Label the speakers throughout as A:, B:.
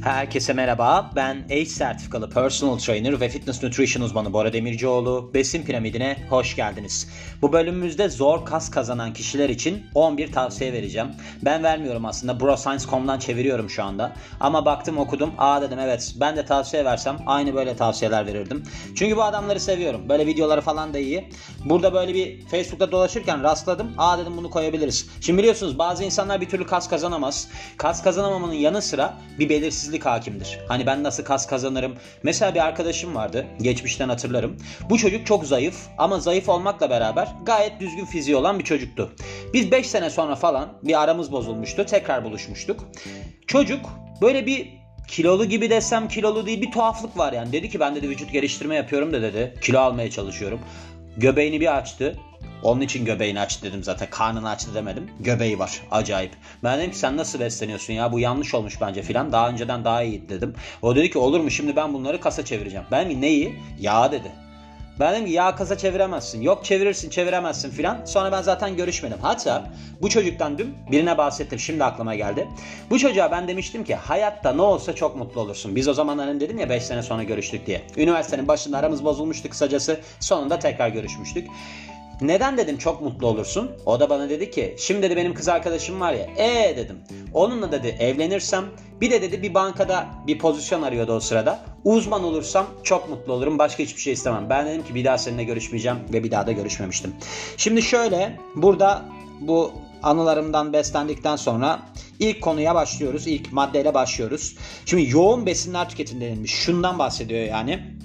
A: Herkese merhaba. Ben ACE sertifikalı personal trainer ve fitness nutrition uzmanı Bora Demircioğlu. Besin piramidine hoş geldiniz. Bu bölümümüzde zor kas kazanan kişiler için 11 tavsiye vereceğim. Ben vermiyorum aslında. Broscience.com'dan çeviriyorum şu anda. Ama baktım okudum. Dedim evet ben de tavsiye versem aynı böyle tavsiyeler verirdim. Çünkü bu adamları seviyorum. Böyle videoları falan da iyi. Burada böyle bir Facebook'ta dolaşırken rastladım. Dedim bunu koyabiliriz. Şimdi biliyorsunuz bazı insanlar bir türlü kas kazanamaz. Kas kazanamamanın yanı sıra bir belirsizlik hakimdir. Hani ben nasıl kas kazanırım? Mesela bir arkadaşım vardı. Geçmişten hatırlarım. Bu çocuk çok zayıf ama zayıf olmakla beraber gayet düzgün fiziği olan bir çocuktu. Biz 5 sene sonra falan bir aramız bozulmuştu. Tekrar buluşmuştuk. Çocuk böyle bir kilolu gibi desem kilolu değil, bir tuhaflık var yani. Dedi ki ben dedi vücut geliştirme yapıyorum da dedi. Kilo almaya çalışıyorum. Göbeğini bir açtı. Onun için göbeğini açtı dedim zaten. Karnını açtı demedim. Göbeği var. Acayip. Ben dedim ki sen nasıl besleniyorsun ya? Bu yanlış olmuş bence filan. Daha önceden daha iyiydi dedim. O dedi ki olur mu? Şimdi ben bunları kasa çevireceğim. Ben dedim ki neyi? Yağ dedi. Ben dedim ki yağ kasa çeviremezsin. Yok çevirirsin çeviremezsin filan. Sonra ben zaten görüşmedim. Hatta bu çocuktan dün birine bahsettim. Şimdi aklıma geldi. Bu çocuğa ben demiştim ki hayatta ne olsa çok mutlu olursun. Biz o zaman hani dedim ya 5 sene sonra görüştük diye. Üniversitenin başında aramız bozulmuştu kısacası. Sonunda tekrar görüşmüştük. Neden dedim çok mutlu olursun? O da bana dedi ki şimdi dedi benim kız arkadaşım var ya dedim. Onunla dedi evlenirsem bir de dedi bir bankada bir pozisyon arıyordu o sırada. Uzman olursam çok mutlu olurum. Başka hiçbir şey istemem. Ben dedim ki bir daha seninle görüşmeyeceğim ve bir daha da görüşmemiştim. Şimdi şöyle burada bu anılarımdan beslendikten sonra ilk konuya başlıyoruz. İlk maddeyle başlıyoruz. Şimdi yoğun besinler tüketin denilmiş. Şundan bahsediyor yani.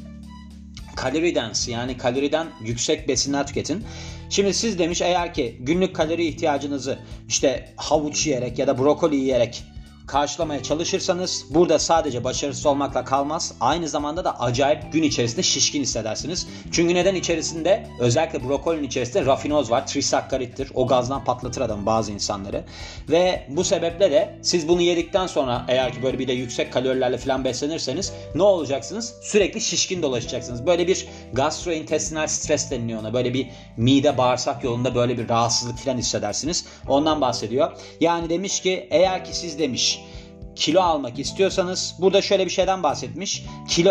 A: Kaloriden yani kaloriden yüksek besinler tüketin. Şimdi siz demiş eğer ki günlük kalori ihtiyacınızı işte havuç yiyerek ya da brokoli yiyerek karşılamaya çalışırsanız burada sadece başarısız olmakla kalmaz. Aynı zamanda da acayip gün içerisinde şişkin hissedersiniz. Çünkü neden içerisinde özellikle brokolinin içerisinde rafinoz var. Trisakkarittir. O gazdan patlatır adamı bazı insanları. Ve bu sebeple de siz bunu yedikten sonra eğer ki böyle bir de yüksek kalorilerle falan beslenirseniz ne olacaksınız? Sürekli şişkin dolaşacaksınız. Böyle bir gastrointestinal stres deniliyor ona. Böyle bir mide bağırsak yolunda böyle bir rahatsızlık falan hissedersiniz. Ondan bahsediyor. Yani demiş ki eğer ki siz demiş kilo almak istiyorsanız burada şöyle bir şeyden bahsetmiş.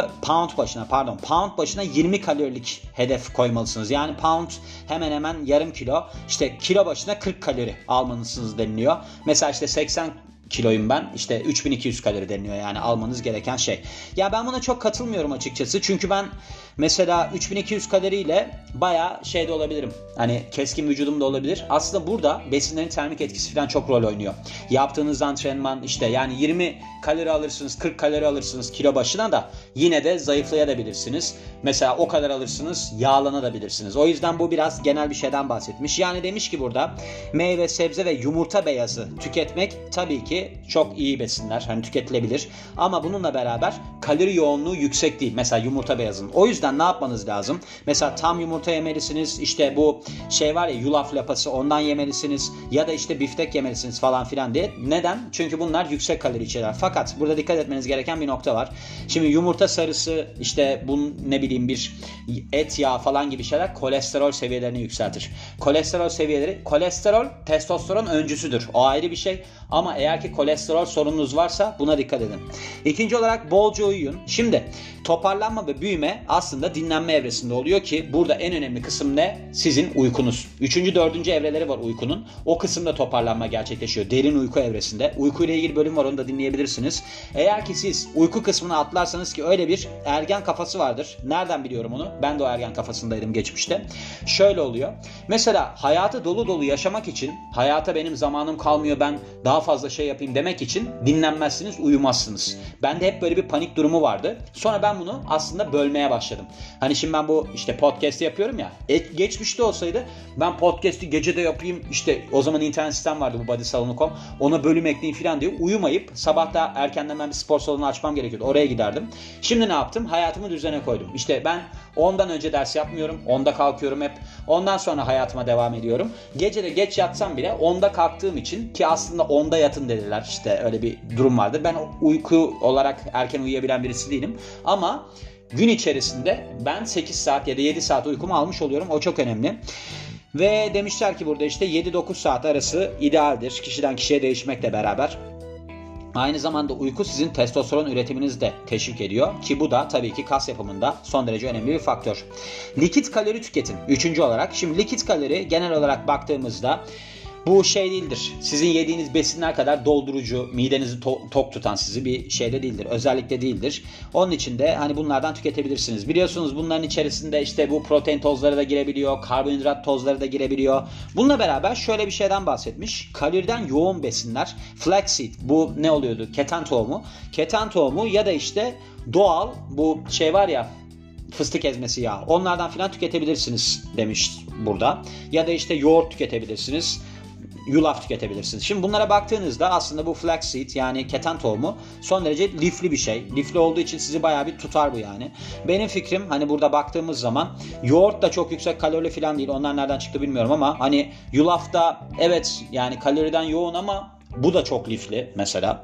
A: Pound başına 20 kalorilik hedef koymalısınız. Yani pound hemen hemen yarım kilo. İşte kilo başına 40 kalori almalısınız deniliyor. Mesela işte 80 kiloyum ben. İşte 3200 kalori deniliyor yani almanız gereken şey. Ya ben buna çok katılmıyorum açıkçası. Çünkü ben mesela 3200 kaloriyle bayağı şeyde olabilirim. Hani keskin vücudum da olabilir. Aslında burada besinlerin termik etkisi falan çok rol oynuyor. Yaptığınız antrenman işte yani 20 kalori alırsınız, 40 kalori alırsınız kilo başına da yine de zayıflayabilirsiniz. Mesela o kadar alırsınız, yağlanabilirsiniz. O yüzden bu biraz genel bir şeyden bahsetmiş. Yani demiş ki burada meyve, sebze ve yumurta beyazı tüketmek tabii ki çok iyi besinler. Hani tüketilebilir. Ama bununla beraber kalori yoğunluğu yüksek değil. Mesela yumurta beyazının. O yüzden ne yapmanız lazım? Mesela tam yumurta yemelisiniz. İşte bu şey var ya yulaf lapası ondan yemelisiniz. Ya da işte biftek yemelisiniz falan filan diye. Neden? Çünkü bunlar yüksek kalori içerir. Fakat burada dikkat etmeniz gereken bir nokta var. Şimdi yumurta sarısı işte bu ne bileyim bir et yağı falan gibi şeyler kolesterol seviyelerini yükseltir. Kolesterol testosteron öncüsüdür. O ayrı bir şey. Ama eğer ki kolesterol sorununuz varsa buna dikkat edin. İkinci olarak bolca uyuyun. Şimdi toparlanma ve büyüme aslında dinlenme evresinde oluyor ki burada en önemli kısım ne? Sizin uykunuz. 3. 4. evreleri var uykunun. O kısımda toparlanma gerçekleşiyor. Derin uyku evresinde. Uykuyla ilgili bölüm var onu da dinleyebilirsiniz. Eğer ki siz uyku kısmını atlarsanız ki öyle bir ergen kafası vardır. Nereden biliyorum onu? Ben de o ergen kafasındaydım geçmişte. Şöyle oluyor. Mesela hayatı dolu dolu yaşamak için hayata benim zamanım kalmıyor ben daha fazla şey yapayım demek için dinlenmezsiniz, uyumazsınız. Bende hep böyle bir panik durumu vardı. Sonra ben bunu aslında bölmeye başladım. Hani şimdi ben bu işte podcast yapıyorum ya. Geçmişte olsaydı ben podcast'i gecede yapayım. İşte o zaman internet sistem vardı bu bodysalonu.com. Ona bölüm ekleyeyim falan diye uyumayıp sabah da erkenden ben bir spor salonu açmam gerekiyordu. Oraya giderdim. Şimdi ne yaptım? Hayatımı düzene koydum. İşte ben ondan önce ders yapmıyorum. 10'da kalkıyorum hep. Ondan sonra hayatıma devam ediyorum. Gece de geç yatsam bile 10'da kalktığım için ki aslında 10'da yatın dediler. İşte öyle bir durum vardır. Ben uyku olarak erken uyuyabilen birisi değilim. Ama gün içerisinde ben 8 saat ya da 7 saat uykumu almış oluyorum. O çok önemli. Ve demişler ki burada işte 7-9 saat arası idealdir. Kişiden kişiye değişmekle beraber. Aynı zamanda uyku sizin testosteron üretiminizi de teşvik ediyor ki bu da tabii ki kas yapımında son derece önemli bir faktör. Likit kalori tüketin. Üçüncü olarak. Şimdi likit kalori genel olarak baktığımızda bu şey değildir. Sizin yediğiniz besinler kadar doldurucu, midenizi tok tutan sizi bir şeyde değildir. Özellikle değildir. Onun için de hani bunlardan tüketebilirsiniz. Biliyorsunuz bunların içerisinde işte bu protein tozları da girebiliyor, karbonhidrat tozları da girebiliyor. Bununla beraber şöyle bir şeyden bahsetmiş. Kaloriden yoğun besinler, flaxseed, bu ne oluyordu? Keten tohumu. Keten tohumu ya da işte doğal bu şey var ya, fıstık ezmesi yağı. Onlardan filan tüketebilirsiniz demiş burada. Ya da işte yoğurt tüketebilirsiniz. Yulaf tüketebilirsiniz. Şimdi bunlara baktığınızda aslında bu flaxseed yani keten tohumu son derece lifli bir şey. Lifli olduğu için sizi bayağı bir tutar bu yani. Benim fikrim hani burada baktığımız zaman yoğurt da çok yüksek kalorili falan değil. Onlar nereden çıktı bilmiyorum ama hani yulaf da evet yani kaloriden yoğun ama bu da çok lifli mesela.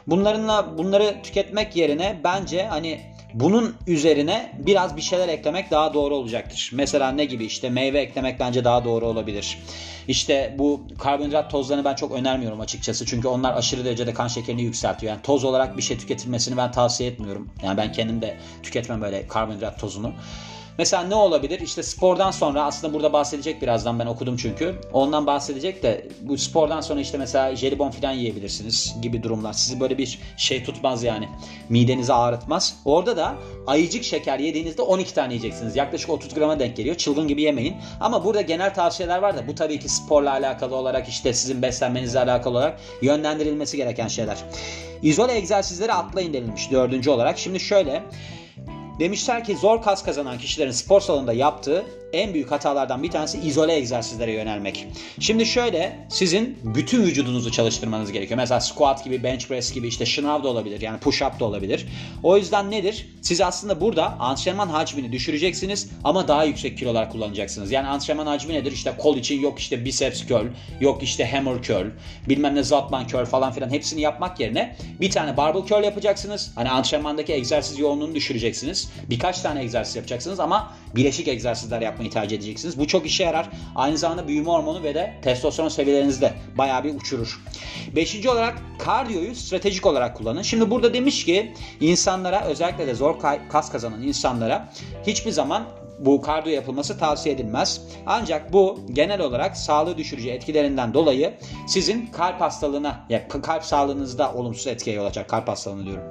A: Bunları tüketmek yerine bence hani bunun üzerine biraz bir şeyler eklemek daha doğru olacaktır. Mesela ne gibi? İşte meyve eklemek bence daha doğru olabilir. İşte bu karbonhidrat tozlarını ben çok önermiyorum açıkçası. Çünkü onlar aşırı derecede kan şekerini yükseltiyor. Yani toz olarak bir şey tüketilmesini ben tavsiye etmiyorum. Yani ben kendim de tüketmem böyle karbonhidrat tozunu. Mesela ne olabilir? İşte spordan sonra aslında burada bahsedecek birazdan, ben okudum çünkü. Ondan bahsedecek de bu spordan sonra işte mesela jelibon falan yiyebilirsiniz gibi durumlar. Sizi böyle bir şey tutmaz yani. Midenizi ağrıtmaz. Orada da ayıcık şeker yediğinizde 12 tane yiyeceksiniz. Yaklaşık 30 grama denk geliyor. Çılgın gibi yemeyin. Ama burada genel tavsiyeler var da bu tabii ki sporla alakalı olarak işte sizin beslenmenizle alakalı olarak yönlendirilmesi gereken şeyler. İzole egzersizleri atlayın denilmiş 4. olarak. Şimdi şöyle demişler ki zor kas kazanan kişilerin spor salonunda yaptığı en büyük hatalardan bir tanesi izole egzersizlere yönelmek. Şimdi şöyle sizin bütün vücudunuzu çalıştırmanız gerekiyor. Mesela squat gibi, bench press gibi, işte şınav da olabilir, yani push up da olabilir. O yüzden nedir? Siz aslında burada antrenman hacmini düşüreceksiniz ama daha yüksek kilolar kullanacaksınız. Yani antrenman hacmi nedir? İşte kol için yok işte biceps curl, yok işte hammer curl, bilmem ne Zotman curl falan filan, hepsini yapmak yerine bir tane barbell curl yapacaksınız. Hani antrenmandaki egzersiz yoğunluğunu düşüreceksiniz. Birkaç tane egzersiz yapacaksınız ama bileşik egzersizler yapmayı tercih edeceksiniz. Bu çok işe yarar. Aynı zamanda büyüme hormonu ve de testosteron seviyelerinizi de bayağı bir uçurur. 5. olarak kardiyoyu stratejik olarak kullanın. Şimdi burada demiş ki insanlara, özellikle de zor kas kazanan insanlara hiçbir zaman bu kardiyo yapılması tavsiye edilmez. Ancak bu genel olarak sağlığı düşürücü etkilerinden dolayı sizin kalp hastalığına, yani kalp sağlığınızda olumsuz etkiye yol açacak. Kalp hastalığını diyorum.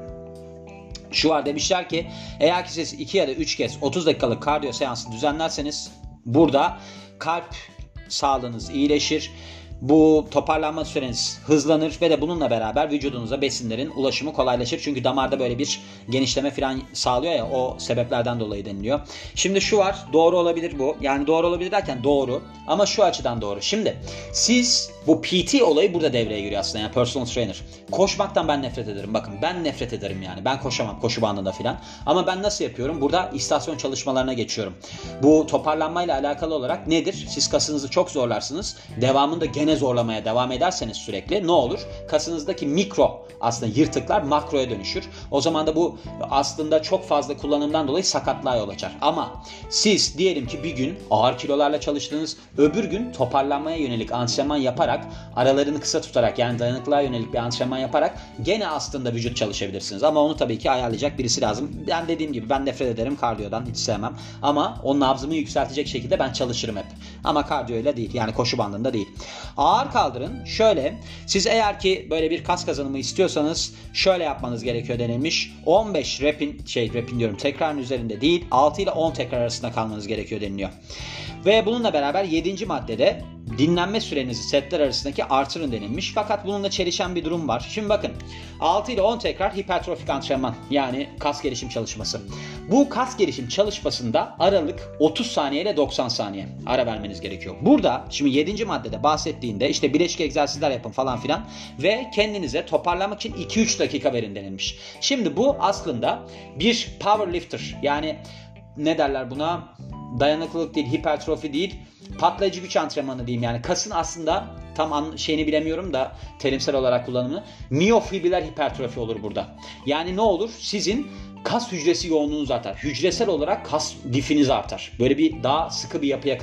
A: Şu var, demişler ki eğer ki siz 2 ya da 3 kez 30 dakikalık kardiyo seansı düzenlerseniz burada kalp sağlığınız iyileşir. Bu toparlanma süreniz hızlanır ve de bununla beraber vücudunuza besinlerin ulaşımı kolaylaşır. Çünkü damarda böyle bir genişleme falan sağlıyor ya, o sebeplerden dolayı deniliyor. Şimdi şu var, doğru olabilir bu. Yani doğru olabilir derken doğru ama şu açıdan doğru. Şimdi siz bu PT olayı burada devreye giriyor aslında, yani personal trainer. Koşmaktan ben nefret ederim. Bakın ben nefret ederim yani. Ben koşamam koşu bandında falan. Ama ben nasıl yapıyorum? Burada istasyon çalışmalarına geçiyorum. Bu toparlanmayla alakalı olarak nedir? Siz kasınızı çok zorlarsınız. Devamında gene zorlamaya devam ederseniz sürekli ne olur? Kasınızdaki mikro aslında yırtıklar makroya dönüşür. O zaman da bu aslında çok fazla kullanımdan dolayı sakatlığa yol açar. Ama siz diyelim ki bir gün ağır kilolarla çalıştınız, öbür gün toparlanmaya yönelik antrenman yaparak, aralarını kısa tutarak, yani dayanıklılığa yönelik bir antrenman yaparak gene aslında vücut çalışabilirsiniz. Ama onu tabii ki ayarlayacak birisi lazım. Ben dediğim gibi ben nefret ederim kardiyodan, hiç sevmem. Ama o nabzımı yükseltecek şekilde ben çalışırım hep. Ama kardiyoyla değil, yani koşu bandında değil. Ağır kaldırın. Şöyle, siz eğer ki böyle bir kas kazanımı istiyorsanız şöyle yapmanız gerekiyor denilmiş. 15 tekrarın üzerinde değil, 6 ile 10 tekrar arasında kalmanız gerekiyor deniliyor. Ve bununla beraber 7. maddede dinlenme sürenizi setler arasındaki artırın denilmiş. Fakat bununla çelişen bir durum var. Şimdi bakın, 6 ile 10 tekrar hipertrofik antrenman, yani kas gelişim çalışması. Bu kas gelişim çalışmasında aralık 30 saniye ile 90 saniye ara vermeniz gerekiyor. Burada şimdi 7. maddede bahsettiğinde işte bileşik egzersizler yapın falan filan ve kendinize toparlamak için 2-3 dakika verin denilmiş. Şimdi bu aslında bir power lifter, yani ne derler buna? Dayanıklılık değil, hipertrofi değil, patlayıcı güç antrenmanı diyeyim. Yani kasın aslında tam şeyini bilemiyorum da terimsel olarak kullanımını. Miyofibriler hipertrofi olur burada. Yani ne olur? Sizin kas hücresi yoğunluğunuz artar. Hücresel olarak kas lifiniz artar. Böyle bir daha sıkı bir yapıya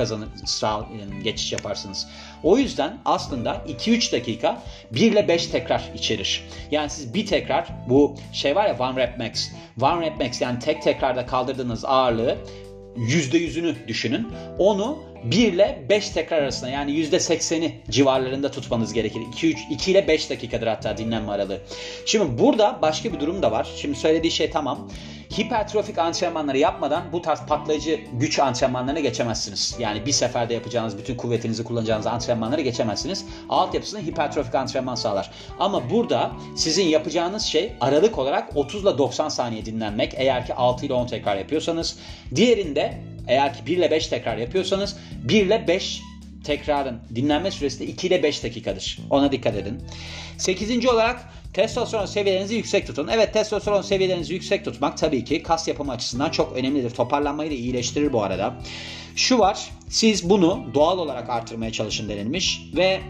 A: geçiş yaparsınız. O yüzden aslında 2-3 dakika 1 ile 5 tekrar içerir. Yani siz bir tekrar, bu şey var ya, one rep max. One rep max yani tek tekrarda kaldırdığınız ağırlığı %100'ünü düşünün. Onu 1 ile 5 tekrar arasında, yani %80'i civarlarında tutmanız gerekir. 2 ile 5 dakikadır hatta dinlenme aralığı. Şimdi burada başka bir durum da var. Şimdi söylediği şey tamam. Hipertrofik antrenmanları yapmadan bu tarz patlayıcı güç antrenmanlarına geçemezsiniz. Yani bir seferde yapacağınız, bütün kuvvetinizi kullanacağınız antrenmanları geçemezsiniz. Altyapısını hipertrofik antrenman sağlar. Ama burada sizin yapacağınız şey aralık olarak 30 ile 90 saniye dinlenmek. Eğer ki 6 ile 10 tekrar yapıyorsanız. Diğerinde eğer ki 1 ile 5 tekrar yapıyorsanız 1 ile 5 tekrarın dinlenme süresi de 2 ile 5 dakikadır. Ona dikkat edin. 8. olarak testosteron seviyelerinizi yüksek tutun. Evet, testosteron seviyelerinizi yüksek tutmak tabii ki kas yapımı açısından çok önemlidir. Toparlanmayı da iyileştirir bu arada. Şu var, siz bunu doğal olarak artırmaya çalışın denilmiş ve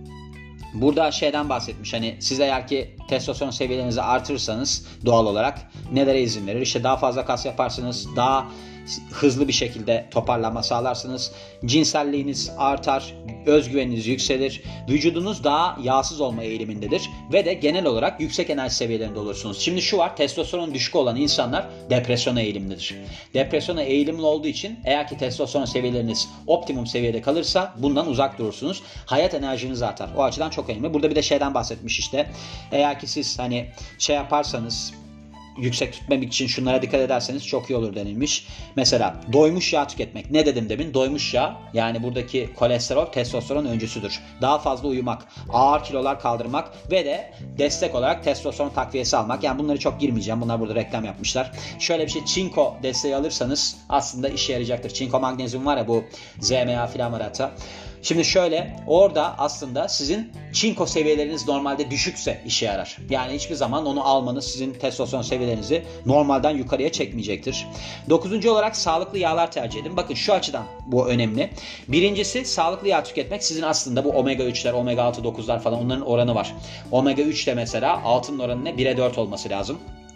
A: burada şeyden bahsetmiş, hani siz eğer ki testosteron seviyelerinizi artırırsanız doğal olarak nelere izin verir? İşte daha fazla kas yaparsınız, daha hızlı bir şekilde toparlanma sağlarsınız, cinselliğiniz artar, özgüveniniz yükselir, vücudunuz daha yağsız olma eğilimindedir ve de genel olarak yüksek enerji seviyelerinde olursunuz. Şimdi şu var, testosteron düşük olan insanlar depresyona eğilimlidir. Depresyona eğilimli olduğu için eğer ki testosteron seviyeleriniz optimum seviyede kalırsa bundan uzak durursunuz. Hayat enerjiniz artar. O açıdan çok önemli. Burada bir de şeyden bahsetmiş işte. Eğer ki siz hani şey yaparsanız, yüksek tutmak için şunlara dikkat ederseniz çok iyi olur denilmiş. Mesela doymuş yağ tüketmek. Ne dedim demin? Doymuş yağ, yani buradaki kolesterol testosteron öncüsüdür. Daha fazla uyumak, ağır kilolar kaldırmak ve de destek olarak testosteron takviyesi almak. Yani bunları çok girmeyeceğim. Bunlar burada reklam yapmışlar. Şöyle bir şey, çinko desteği alırsanız aslında işe yarayacaktır. Çinko magnezyum var ya, bu ZMA filan var hatta. Şimdi şöyle, orada aslında sizin çinko seviyeleriniz normalde düşükse işe yarar. Yani hiçbir zaman onu almanız sizin testosteron seviyelerinizi normalden yukarıya çekmeyecektir. 9. olarak sağlıklı yağlar tercih edin. Bakın şu açıdan bu önemli. Birincisi, sağlıklı yağ tüketmek sizin aslında bu omega 3'ler, omega 6, 9'lar falan, onların oranı var. Omega 3'te mesela altının oranı ne? 1'e 4 olması lazım.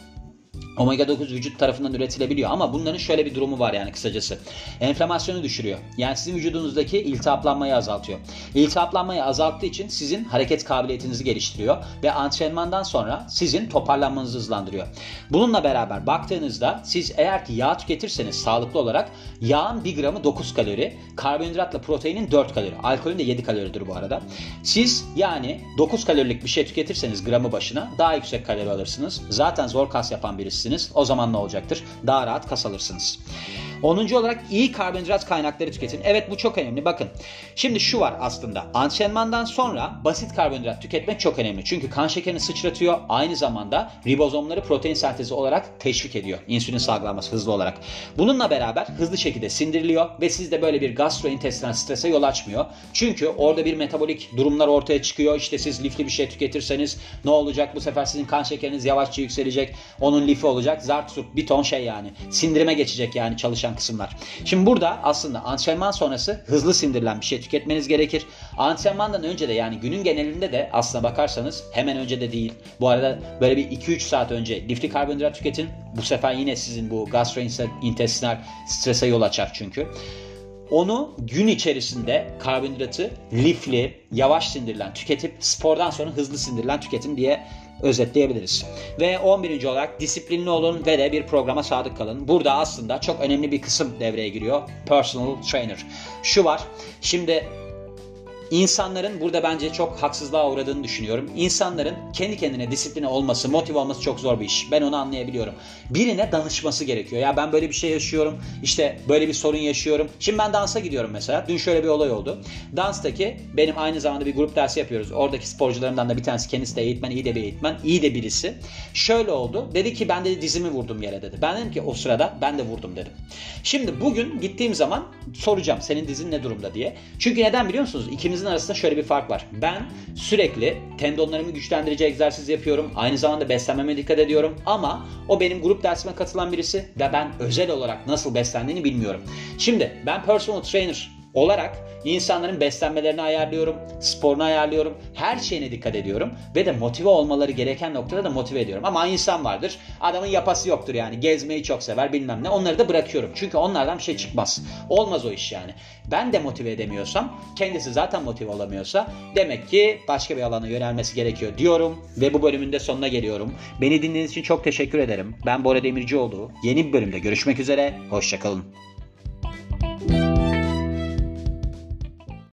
A: Omega 9 vücut tarafından üretilebiliyor ama bunların şöyle bir durumu var, yani kısacası. Enflamasyonu düşürüyor. Yani sizin vücudunuzdaki iltihaplanmayı azaltıyor. İltihaplanmayı azalttığı için sizin hareket kabiliyetinizi geliştiriyor ve antrenmandan sonra sizin toparlanmanızı hızlandırıyor. Bununla beraber baktığınızda siz eğer ki yağ tüketirseniz sağlıklı olarak, yağın 1 gramı 9 kalori, karbonhidratla proteinin 4 kalori, alkolün de 7 kaloridir bu arada. Siz yani 9 kalorilik bir şey tüketirseniz gramı başına daha yüksek kalori alırsınız. Zaten zor kas yapan birisi. O zaman ne olacaktır? Daha rahat kas alırsınız. 10. olarak iyi karbonhidrat kaynakları tüketin. Evet, bu çok önemli. Bakın şimdi şu var aslında. Antrenmandan sonra basit karbonhidrat tüketmek çok önemli. Çünkü kan şekerini sıçratıyor. Aynı zamanda ribozomları protein sentezi olarak teşvik ediyor. İnsülin salgılanması hızlı olarak. Bununla beraber hızlı şekilde sindiriliyor ve sizde böyle bir gastrointestinal strese yol açmıyor. Çünkü orada bir metabolik durumlar ortaya çıkıyor. İşte siz lifli bir şey tüketirseniz ne olacak? Bu sefer sizin kan şekeriniz yavaşça yükselecek. Onun lifi olacak. Zart zurt bir ton şey yani. Sindirime geçecek yani çalışan kısımlar. Şimdi burada aslında antrenman sonrası hızlı sindirilen bir şey tüketmeniz gerekir. Antrenmandan önce de, yani günün genelinde de aslına bakarsanız hemen önce de değil. Bu arada böyle bir 2-3 saat önce lifli karbonhidrat tüketin. Bu sefer yine sizin bu gastrointestinal strese yol açar çünkü. Onu gün içerisinde karbonhidratı lifli, yavaş sindirilen tüketip spordan sonra hızlı sindirilen tüketin diye özetleyebiliriz. Ve 11. olarak disiplinli olun ve de bir programa sadık kalın. Burada aslında çok önemli bir kısım devreye giriyor. Personal trainer. Şu var. Şimdi İnsanların burada bence çok haksızlığa uğradığını düşünüyorum. İnsanların kendi kendine disipline olması, motive olması çok zor bir iş. Ben onu anlayabiliyorum. Birine danışması gerekiyor. Ya ben böyle bir şey yaşıyorum, işte böyle bir sorun yaşıyorum. Şimdi ben dansa gidiyorum mesela. Dün şöyle bir olay oldu. Danstaki, benim aynı zamanda bir grup dersi yapıyoruz. Oradaki sporcularımdan da bir tanesi, kendisi de eğitmen, iyi de bir eğitmen, iyi de birisi. Şöyle oldu. Dedi ki ben de dizimi vurdum yere dedi. Ben dedim ki o sırada ben de vurdum dedim. Şimdi bugün gittiğim zaman soracağım senin dizin ne durumda diye. Çünkü neden biliyor musunuz? İkimizin arasında şöyle bir fark var. Ben sürekli tendonlarımı güçlendirici egzersiz yapıyorum. Aynı zamanda beslenmeme dikkat ediyorum. Ama o benim grup dersime katılan birisi ve ben özel olarak nasıl beslendiğini bilmiyorum. Şimdi ben personal trainer olarak insanların beslenmelerini ayarlıyorum, sporunu ayarlıyorum, her şeyine dikkat ediyorum ve de motive olmaları gereken noktada da motive ediyorum. Ama insan vardır, adamın yapası yoktur yani, gezmeyi çok sever bilmem ne, onları da bırakıyorum. Çünkü onlardan bir şey çıkmaz. Olmaz o iş yani. Ben de motive edemiyorsam, kendisi zaten motive olamıyorsa demek ki başka bir alana yönelmesi gerekiyor diyorum ve bu bölümün de sonuna geliyorum. Beni dinlediğiniz için çok teşekkür ederim. Ben Bora Demircioğlu. Yeni bir bölümde görüşmek üzere. Hoşça kalın.